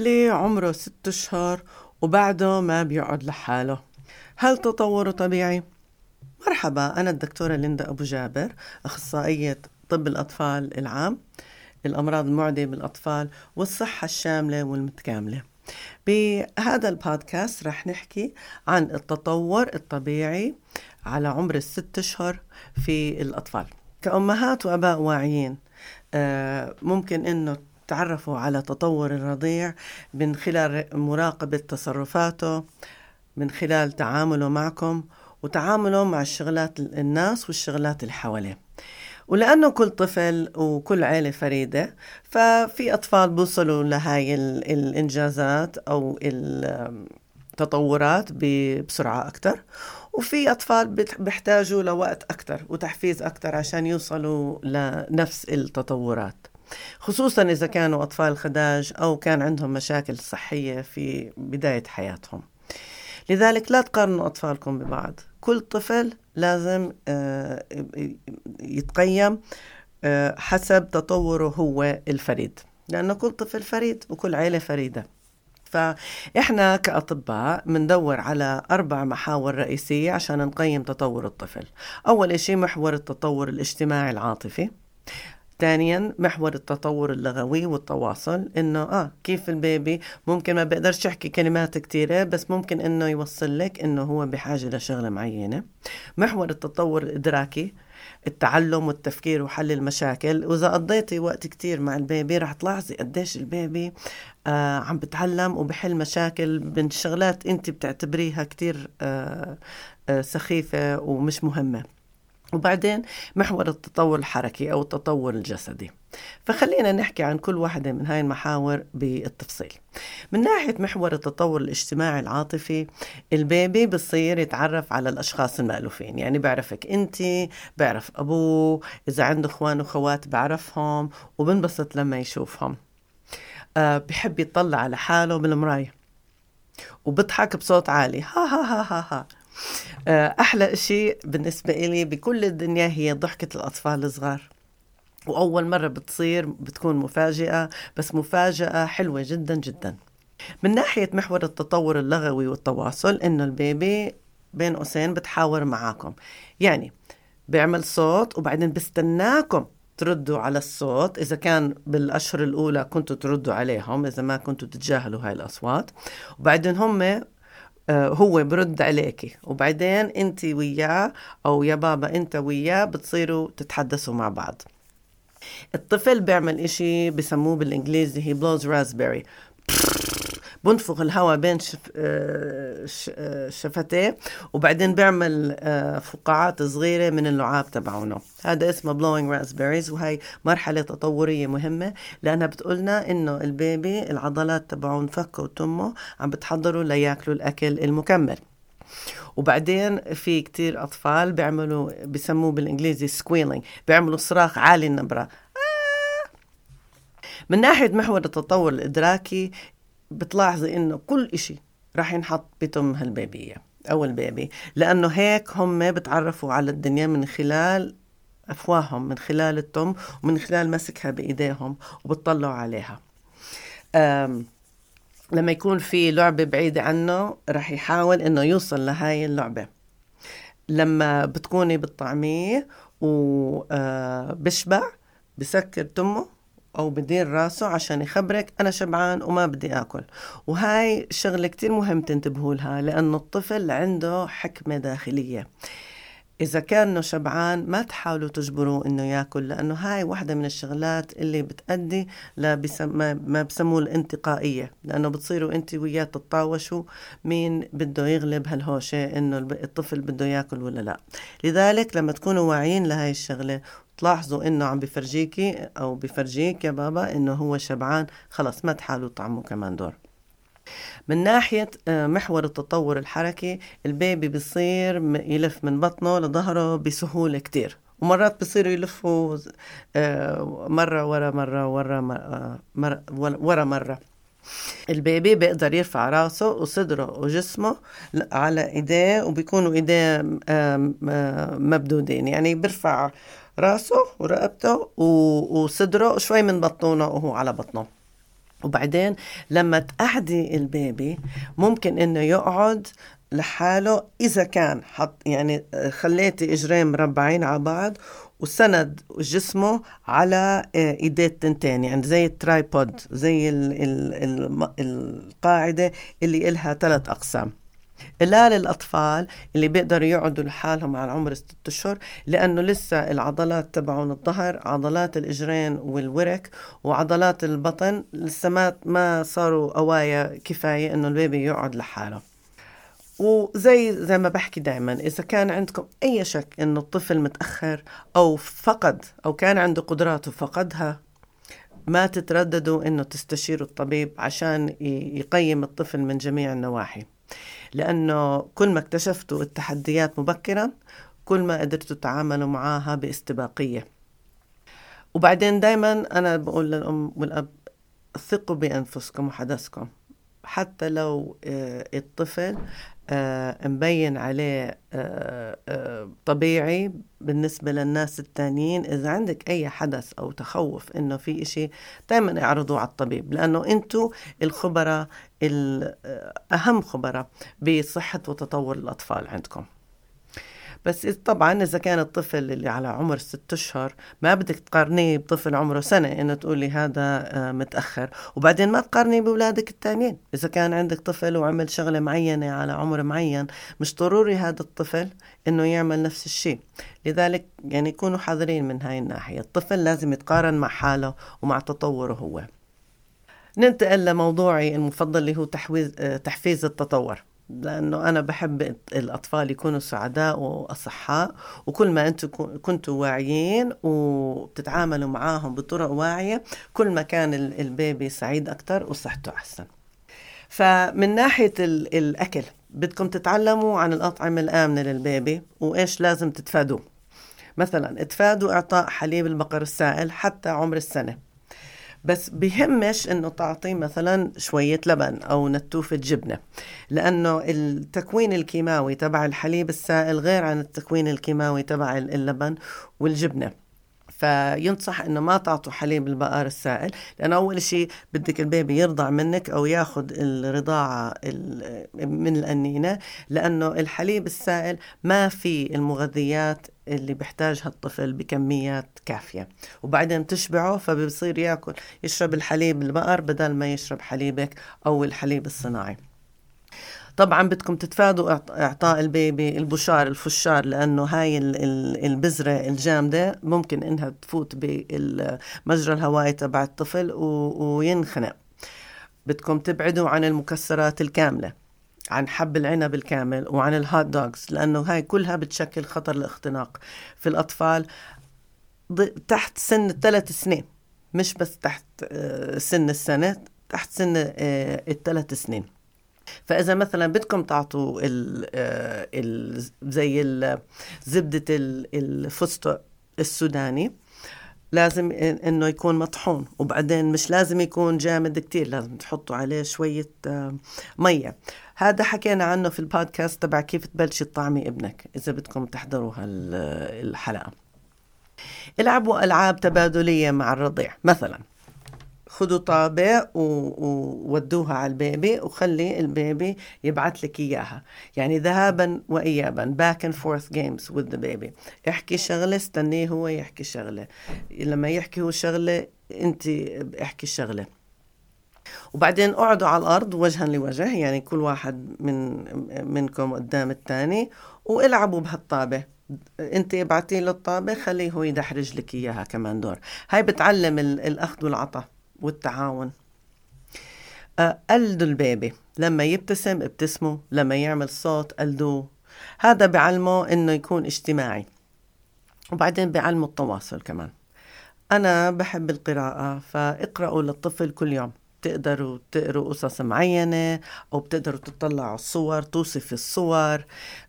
طفلي عمره 6 أشهر وبعده ما بيقعد لحاله، هل تطوره طبيعي؟ مرحبا، أنا الدكتورة ليندا أبو جابر، أخصائية طب الأطفال العام، الأمراض المعدية بالأطفال والصحة الشاملة والمتكاملة. بهذا البودكاست رح نحكي عن التطور الطبيعي على عمر 6 أشهر في الأطفال. كأمهات وأباء واعيين ممكن أنه تعرفوا على تطور الرضيع من خلال مراقبة تصرفاته، من خلال تعامله معكم وتعامله مع الشغلات الناس والشغلات اللي حواليه. ولأنه كل طفل وكل عائلة فريدة، ففي أطفال بوصلوا لهاي الإنجازات أو التطورات بسرعة أكتر، وفي أطفال بيحتاجوا لوقت أكتر وتحفيز أكتر عشان يوصلوا لنفس التطورات، خصوصا إذا كانوا أطفال خداج أو كان عندهم مشاكل صحية في بداية حياتهم. لذلك لا تقارنوا أطفالكم ببعض، كل طفل لازم يتقيم حسب تطوره هو الفريد، لأنه كل طفل فريد وكل عائلة فريدة. فإحنا كأطباء مندور على 4 محاور رئيسية عشان نقيم تطور الطفل. أول شيء محور التطور الاجتماعي العاطفي، ثانيا محور التطور اللغوي والتواصل، انه كيف البيبي ممكن ما بيقدرش يحكي كلمات كتيرة بس ممكن انه يوصل لك انه هو بحاجة لشغلة معينة. محور التطور الادراكي، التعلم والتفكير وحل المشاكل، واذا قضيتي وقت كتير مع البيبي رح تلاحظي قديش البيبي عم بتعلم وبحل مشاكل من شغلات انت بتعتبريها كتير سخيفة ومش مهمة. وبعدين محور التطور الحركي أو التطور الجسدي. فخلينا نحكي عن كل واحدة من هاي المحاور بالتفصيل. من ناحية محور التطور الاجتماعي العاطفي، البيبي بصير يتعرف على الأشخاص المألوفين، يعني بعرفك أنت، بعرف أبوه، إذا عنده أخوان وخوات بعرفهم وبنبسط لما يشوفهم. بحب يطلع على حاله بالمراية وبضحك بصوت عالي، ها ها ها ها ها. أحلى شيء بالنسبة إلي بكل الدنيا هي ضحكة الأطفال الصغار، وأول مرة بتصير بتكون مفاجئة، بس مفاجأة حلوة جدا جدا. من ناحية محور التطور اللغوي والتواصل، إنه البيبي بين قوسين بتحاور معاكم، يعني بيعمل صوت وبعدين بستناكم تردوا على الصوت. إذا كان بالأشهر الأولى كنتوا تردوا عليهم، إذا ما كنتوا تتجاهلوا هاي الأصوات، وبعدين هم هو برد عليكي، وبعدين انت وياه او يا بابا انت وياه بتصيروا تتحدثوا مع بعض. الطفل بيعمل اشي بسموه بالانجليزي هي بلوز راسبيري، بنفخ الهواء بين شفتيه، وبعدين بيعمل فقاعات صغيرة من اللعاب تبعونه. هذا اسمه blowing raspberries، وهي مرحلة تطورية مهمة لأنها بتقولنا إنه البيبي العضلات تبعون فكه وتمه عم بتحضروا لياكلوا الأكل المكمل. وبعدين في كتير أطفال بيسموه بالإنجليزي squealing، بيعملوا صراخ عالي النبرة. من ناحية محور التطور الإدراكي، بتلاحظي إنه كل إشي راح ينحط بتم هالبيبية أو البيبي، لأنه هيك هم بتعرفوا على الدنيا من خلال أفواههم، من خلال التم ومن خلال مسكها بإيديهم وبتطلعوا عليها. لما يكون في لعبة بعيدة عنه راح يحاول إنه يوصل لهاي اللعبة. لما بتكوني بتطعميه وبشبع بسكر تمه أو بدير راسه عشان يخبرك أنا شبعان وما بدي أكل. وهاي شغلة كتير مهم تنتبهوا لها، لأنه الطفل عنده حكمة داخلية. إذا كان شبعان ما تحاولوا تجبروه إنه يأكل، لأنه هاي واحدة من الشغلات اللي بتأدي ما بسموه الانتقائية، لأنه بتصيروا أنت وياه تتطاوشوا مين بده يغلب هالهوشة إنه الطفل بده يأكل ولا لا. لذلك لما تكونوا واعيين لهاي الشغلة تلاحظوا إنه عم بفرجيكي أو بفرجيك يا بابا إنه هو شبعان، خلاص ما تحاولوا تطعموا كمان دور. من ناحية محور التطور الحركي، البيبي بيصير يلف من بطنه لظهره بسهولة كتير، ومرات بيصيروا يلفوا مرة ورا مرة. البيبي بيقدر يرفع راسه وصدره وجسمه على ايديه، وبيكونوا ايديه مبدودين، يعني بيرفع راسه ورقبته وصدره شوي من بطنه وهو على بطنه. وبعدين لما تقعدي البيبي ممكن انه يقعد لحاله إذا كان يعني خليتي إجرين مربعين على بعض وسند جسمه على إيديه التنتين، يعني زي الترايبود، زي القاعدة اللي إلها 3 أقسام. لا للأطفال اللي بيقدروا يقعدوا لحالهم على عمر 6 أشهر، لأنه لسه العضلات تبعون الظهر، عضلات الإجرين والورك وعضلات البطن لسه ما صاروا قوايا كفاية إنه البيبي يقعد لحاله. وزي ما بحكي دائما، إذا كان عندكم أي شك إنه الطفل متأخر أو فقد أو كان عنده قدرات وفقدها، ما تترددوا إنه تستشيروا الطبيب عشان يقيم الطفل من جميع النواحي، لأنه كل ما اكتشفتوا التحديات مبكرا كل ما قدرتوا تتعاملوا معاها باستباقية. وبعدين دايما أنا بقول للأم والأب ثقوا بأنفسكم وحدثكم، حتى لو الطفل مبين عليه طبيعي بالنسبة للناس التانيين. إذا عندك أي حدث أو تخوف إنه في إشي، دايما اعرضوه على الطبيب، لأنه أنتوا الخبراء الأهم خبراء بصحة وتطور الأطفال عندكم. بس طبعا إذا كان الطفل اللي على عمر 6 أشهر ما بدك تقارنيه بطفل عمره سنة إنه تقولي هذا متأخر، وبعدين ما تقارنيه بأولادك التانيين. إذا كان عندك طفل وعمل شغلة معينة على عمر معين، مش ضروري هذا الطفل إنه يعمل نفس الشيء. لذلك يعني كونوا حذرين من هاي الناحية. الطفل لازم يتقارن مع حاله ومع تطوره هو. ننتقل لموضوعي المفضل اللي هو تحفيز التطور، لأنه أنا بحب الأطفال يكونوا سعداء وأصحاء، وكل ما أنتم كنتوا واعيين وبتتعاملوا معاهم بطرق واعية كل ما كان البيبي سعيد أكتر وصحته أحسن. فمن ناحية الأكل بدكم تتعلموا عن الأطعمة الآمنة للبيبي وإيش لازم تتفادوا. مثلا اتفادوا إعطاء حليب البقر السائل حتى عمر السنة، بس بيهمش انه تعطيه مثلا شوية لبن او نتوفة جبنة، لانه التكوين الكيماوي تبع الحليب السائل غير عن التكوين الكيماوي تبع اللبن والجبنة. فينصح انه ما تعطوا حليب البقر السائل، لانه اول شيء بدك البيبي يرضع منك او ياخد الرضاعة من الأنينة، لانه الحليب السائل ما فيه المغذيات اللي بيحتاجها الطفل بكميات كافية، وبعدين تشبعه فبيصير يشرب الحليب البقر بدل ما يشرب حليبك أو الحليب الصناعي. طبعا بدكم تتفادوا إعطاء البيبي الفشار، لأنه هاي البذرة الجامدة ممكن إنها تفوت بالمجرى الهوائي تبع الطفل وينخنق. بدكم تبعدوا عن المكسرات الكاملة، عن حب العنب الكامل وعن الهوت دوغز، لأنه هاي كلها بتشكل خطر الاختناق في الأطفال تحت سن 3 سنين، مش بس تحت سن السنة، تحت سن 3 سنين. فإذا مثلا بدكم تعطوا زي زبدة الفستق السوداني، لازم إنه يكون مطحون، وبعدين مش لازم يكون جامد كتير، لازم تحطوا عليه شوية مية. هذا حكينا عنه في البودكاست تبع كيف تبلشي تطعمي ابنك، إذا بدكم تحضروا الحلقة. العبوا ألعاب تبادلية مع الرضيع، مثلا خدوا طابة وودوها على البيبي وخلي البيبي يبعث لك إياها، يعني ذهابا وإيابا، back and forth games with the baby. احكي شغلة استنيه هو يحكي شغلة، لما يحكي هو شغلة انت احكي شغلة، وبعدين اقعدوا على الأرض وجها لوجه، يعني كل واحد منكم قدام الثاني، والعبوا بهالطابة. انت ابعتي له الطابة خليه هو يدحرج لك إياها كمان دور. هاي بتعلم الأخذ والعطاء والتعاون. قلدوا البيبي، لما يبتسم ابتسموا، لما يعمل صوت قلدوه. هذا بعلمه انه يكون اجتماعي، وبعدين بعلمه التواصل كمان. انا بحب القراءة، فاقرأوا للطفل كل يوم. بتقدروا تقروا قصص معينة أو بتقدروا تطلعوا على الصور، توصف الصور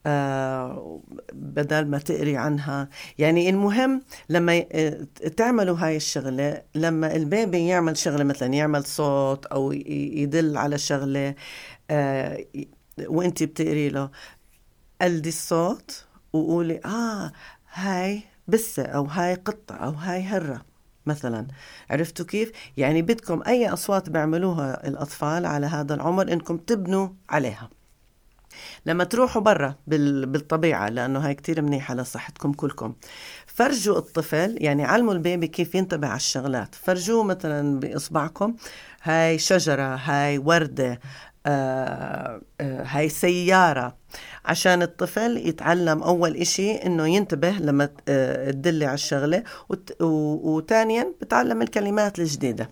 بدل ما تقري عنها. يعني المهم لما تعملوا هاي الشغلة، لما البيبي يعمل شغلة مثلا يعمل صوت أو يدل على شغلة وانتي بتقري له، قلدي الصوت وقولي هاي بسة أو هاي قطة أو هاي هرة مثلا. عرفتوا كيف؟ يعني بدكم أي أصوات بيعملوها الأطفال على هذا العمر إنكم تبنوا عليها. لما تروحوا برا بالطبيعة، لأنه هاي كتير منيحة لصحتكم كلكم، فرجوا الطفل، يعني علموا البيبي كيف ينتبه على الشغلات. فرجوه مثلا بإصبعكم هاي شجرة، هاي وردة، هاي سيارة، عشان الطفل يتعلم أول إشي إنه ينتبه لما تدلي على الشغلة، وثانيا بتعلم الكلمات الجديدة.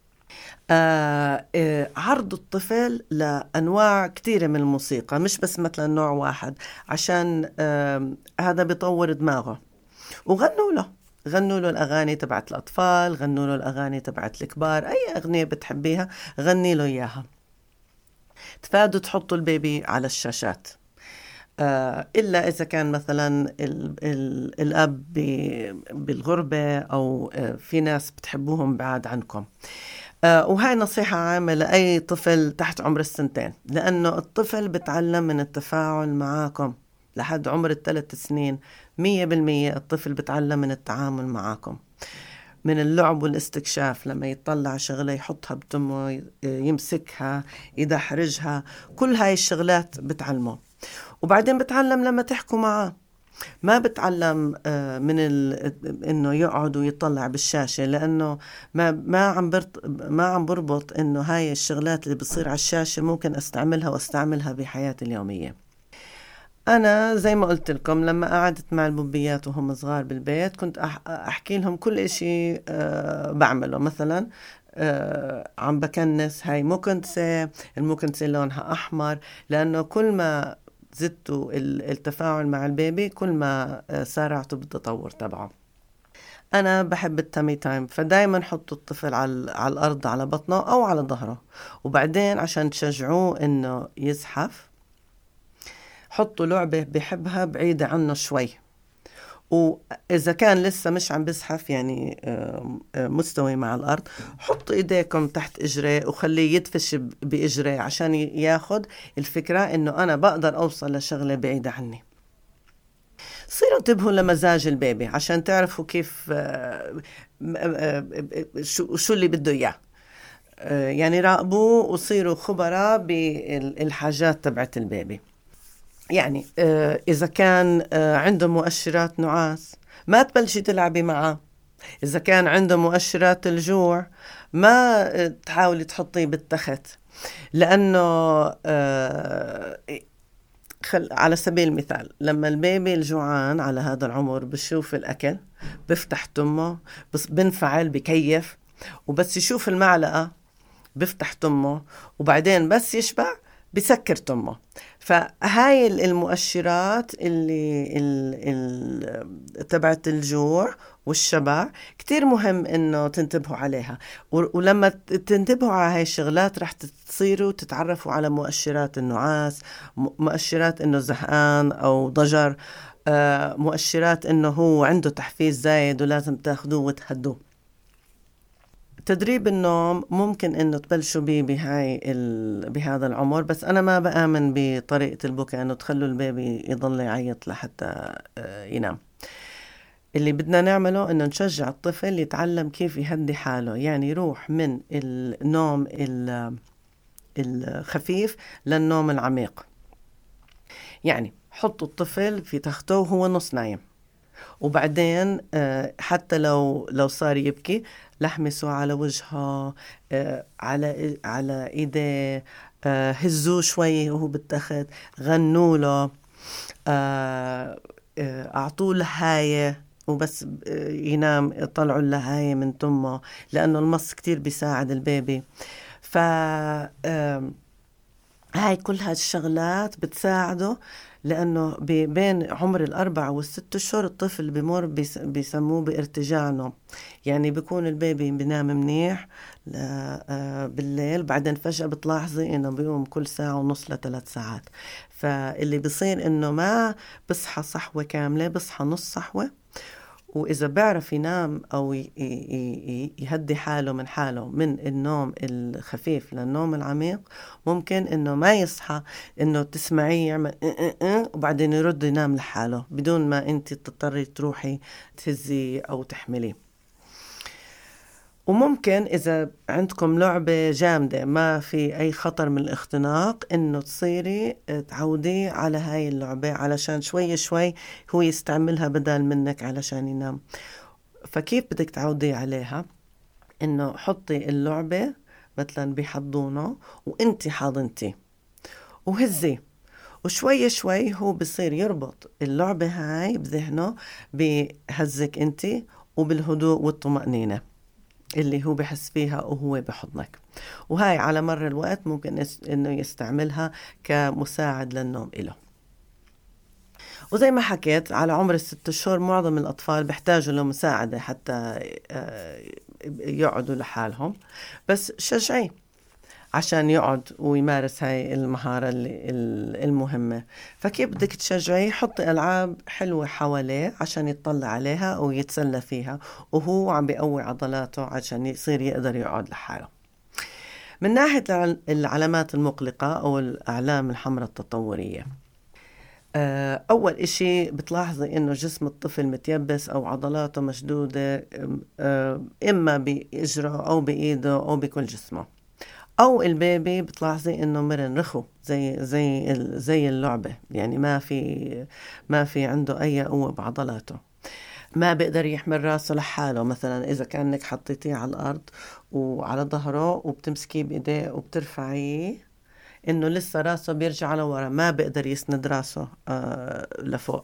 عرض الطفل لأنواع كتيرة من الموسيقى، مش بس مثلا نوع واحد، عشان هذا بيطور دماغه. غنوا له الأغاني تبعت الأطفال، غنوا له الأغاني تبعت الكبار، أي أغنية بتحبيها غني له إياها. تفادوا تحطوا البيبي على الشاشات، إلا إذا كان مثلا الأب بالغربة، أو في ناس بتحبوهم بعاد عنكم. وهاي نصيحة عامة لأي طفل تحت عمر 2 لأنه الطفل بتعلم من التفاعل معاكم لحد عمر 3 سنين. 100% الطفل بتعلم من التعامل معاكم، من اللعب والاستكشاف. لما يطلع شغلة يحطها بتمه، يمسكها، يدحرجها، كل هاي الشغلات بتعلمه. وبعدين بتعلم لما تحكوا معاه. ما بتعلم من انه يقعد ويطلع بالشاشة، لانه ما عم بربط انه هاي الشغلات اللي بتصير على الشاشة ممكن واستعملها بحياتي اليومية. أنا زي ما قلت لكم، لما قعدت مع البوبيات وهم صغار بالبيت كنت أحكي لهم كل إشي بعمله. مثلا عم بكنس هاي مكنسة، المكنسة لونها أحمر، لأنه كل ما زدتوا التفاعل مع البيبي كل ما سارعتوا بالتطور تبعه. أنا بحب التامي تايم، فدايما حطوا الطفل على الأرض على بطنه أو على ظهره، وبعدين عشان تشجعوه إنه يزحف حطوا لعبة بحبها بعيدة عنه شوي. وإذا كان لسه مش عم بزحف، يعني مستوي مع الأرض، حطوا إيديكم تحت إجريه وخليه يدفش بإجريه عشان ياخد الفكرة إنه أنا بقدر أوصل لشغلة بعيدة عني. صيروا انتبهوا لمزاج البيبي عشان تعرفوا كيف شو اللي بده إياه. يعني راقبوه وصيروا خبراء بالحاجات تبعت البيبي. يعني إذا كان عنده مؤشرات نعاس ما تبلشي تلعبي معه. إذا كان عنده مؤشرات الجوع ما تحاولي تحطيه بالتخت، لأنه على سبيل المثال لما البيبي الجوعان على هذا العمر بشوف الأكل بفتح تمه، بس بنفعل بكيف، وبس يشوف المعلقة بفتح تمه، وبعدين بس يشبع بسكر تمه. فهاي المؤشرات اللي تبعت الجوع والشبع كتير مهم انه تنتبهوا عليها. ولما تنتبهوا على هاي الشغلات رح تصيروا تتعرفوا على مؤشرات النعاس، مؤشرات انه زهقان او ضجر، مؤشرات انه هو عنده تحفيز زايد ولازم تاخدوه وتهدوه. تدريب النوم ممكن انه تبلشوا بيه بهذا العمر، بس انا ما بآمن بطريقة البكاء انه تخلوا البيبي يضل يعيط لحتى ينام. اللي بدنا نعمله انه نشجع الطفل يتعلم كيف يهدي حاله، يعني يروح من النوم الخفيف للنوم العميق. يعني حطوا الطفل في تخته وهو نص نايم، وبعدين حتى لو صار يبكي لحمسوا على وجهه، على ايديه، هزوه شوي وهو بالتخت، غنوا له، اعطوه لهاية وبس ينام، طلعوا اللهاية من تمه، لانه المص كتير بيساعد البيبي. هاي كل هالشغلات بتساعده، لأنه بين عمر 4 و6 أشهر الطفل بمر بيسموه بارتجاع نوم. يعني بيكون البيبي بينام منيح بالليل، بعدين فجأة بتلاحظي إنه بيقوم كل 1.5 ل3 ساعات. فاللي بيصير إنه ما بصحى صحوة كاملة، بصحى نص صحوة. وإذا بعرف ينام أو يهدي حاله من حاله من النوم الخفيف للنوم العميق، ممكن إنه ما يصحى إنه تسمعيه يعمل وبعدين يرد ينام لحاله بدون ما أنت تضطري تروحي تهزي أو تحمليه. وممكن إذا عندكم لعبة جامدة ما في أي خطر من الاختناق إنه تصيري تعودي على هاي اللعبة علشان شوي شوي هو يستعملها بدل منك علشان ينام. فكيف بدك تعودي عليها؟ إنه حطي اللعبة مثلا بحضونه وإنتي حاضنتي وهزي، وشوي شوي هو بصير يربط اللعبة هاي بذهنه بهزك إنتي وبالهدوء والطمأنينة اللي هو بحس فيها وهو بحضنك. وهاي على مر الوقت ممكن إنه يستعملها كمساعد للنوم إله. وزي ما حكيت على عمر 6 أشهر معظم الأطفال بيحتاجوا له مساعدة حتى يقعدوا لحالهم، بس شجعيه عشان يقعد ويمارس هاي المهارة المهمة. فكيف بدك تشجعيه؟ حطي ألعاب حلوة حواليه عشان يتطلع عليها ويتسلى فيها وهو عم بيقوي عضلاته عشان يصير يقدر يقعد لحاله. من ناحية العلامات المقلقة أو الأعلام الحمراء التطورية، أول إشي بتلاحظي إنه جسم الطفل متيبس أو عضلاته مشدودة، إما بإجره أو بإيده أو بكل جسمه. أو البيبي بتلاحظي إنه مرن رخو زي اللعبة، يعني ما في عنده أي قوة بعضلاته، ما بيقدر يحمل راسه لحاله. مثلا إذا كأنك حطيتيه على الأرض وعلى ظهره وبتمسكيه بإيديه وبترفعيه، إنه لسه راسه بيرجع لورا، ما بيقدر يسند راسه لفوق.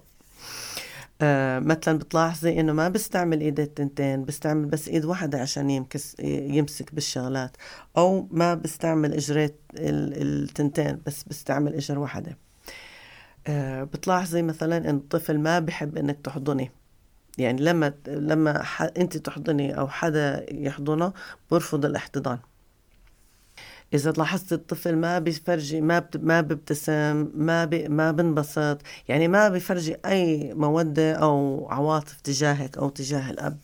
مثلا بتلاحظي إنه ما بستعمل إيد التنتين، بستعمل بس إيد واحدة عشان يمسك بالشغلات، أو ما بستعمل إجريت التنتين بس بستعمل إجر واحدة. بتلاحظي مثلا إن الطفل ما بحب إنك تحضني، يعني لما أنت تحضني أو حدا يحضنه برفض الاحتضان. إذا لاحظت الطفل ما بيفرجي، ما بيبتسم، ما بنبسط، يعني ما بيفرجي أي مودة أو عواطف تجاهك أو تجاه الأب.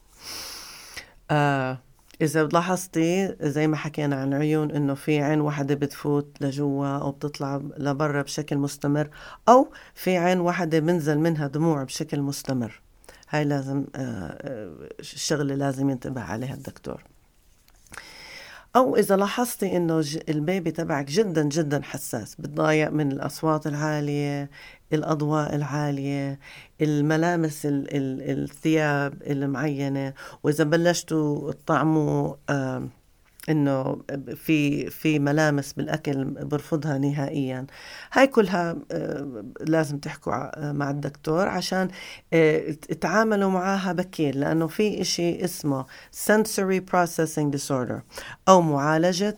إذا لاحظتي زي ما حكينا عن العيون إنه في عين واحدة بتفوت لجوا أو بتطلع لبرا بشكل مستمر، أو في عين واحدة بنزل منها دموع بشكل مستمر، هاي لازم الشغلة لازم ينتبه عليها الدكتور. أو إذا لاحظتي إنه البيبي تبعك جدا جدا حساس، بتضايق من الأصوات العالية، الأضواء العالية، الملامس الثياب المعينة، وإذا بلشتوا تطعموا إنه في ملامس بالأكل برفضها نهائيا، هاي كلها لازم تحكوا مع الدكتور عشان تعاملوا معاها بكير، لأنه في إشي اسمه sensory processing disorder أو معالجة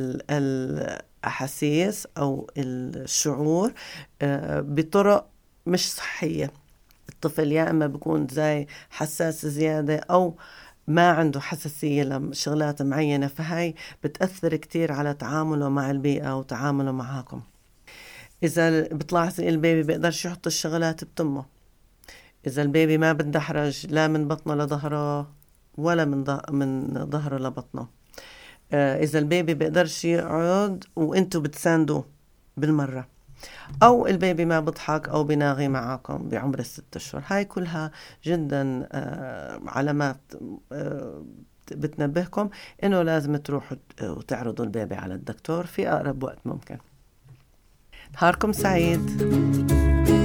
الأحاسيس أو الشعور بطرق مش صحية. الطفل يا إما بيكون زي حساس زيادة أو ما عنده حساسية لشغلات معينة، فهاي بتأثر كتير على تعامله مع البيئة وتعامله معاكم. إذا بتلاحظي البيبي بيقدرش يحط الشغلات بتمه، إذا البيبي ما بتدحرج لا من بطنه لظهره ولا من ظهره لبطنه، إذا البيبي بيقدرش يقعد وإنتوا بتساندوه بالمرة، أو البيبي ما بضحك أو بناغي معاكم بعمر 6 أشهر، هاي كلها جدا علامات بتنبهكم إنه لازم تروحوا وتعرضوا البيبي على الدكتور في أقرب وقت ممكن. نهاركم سعيد.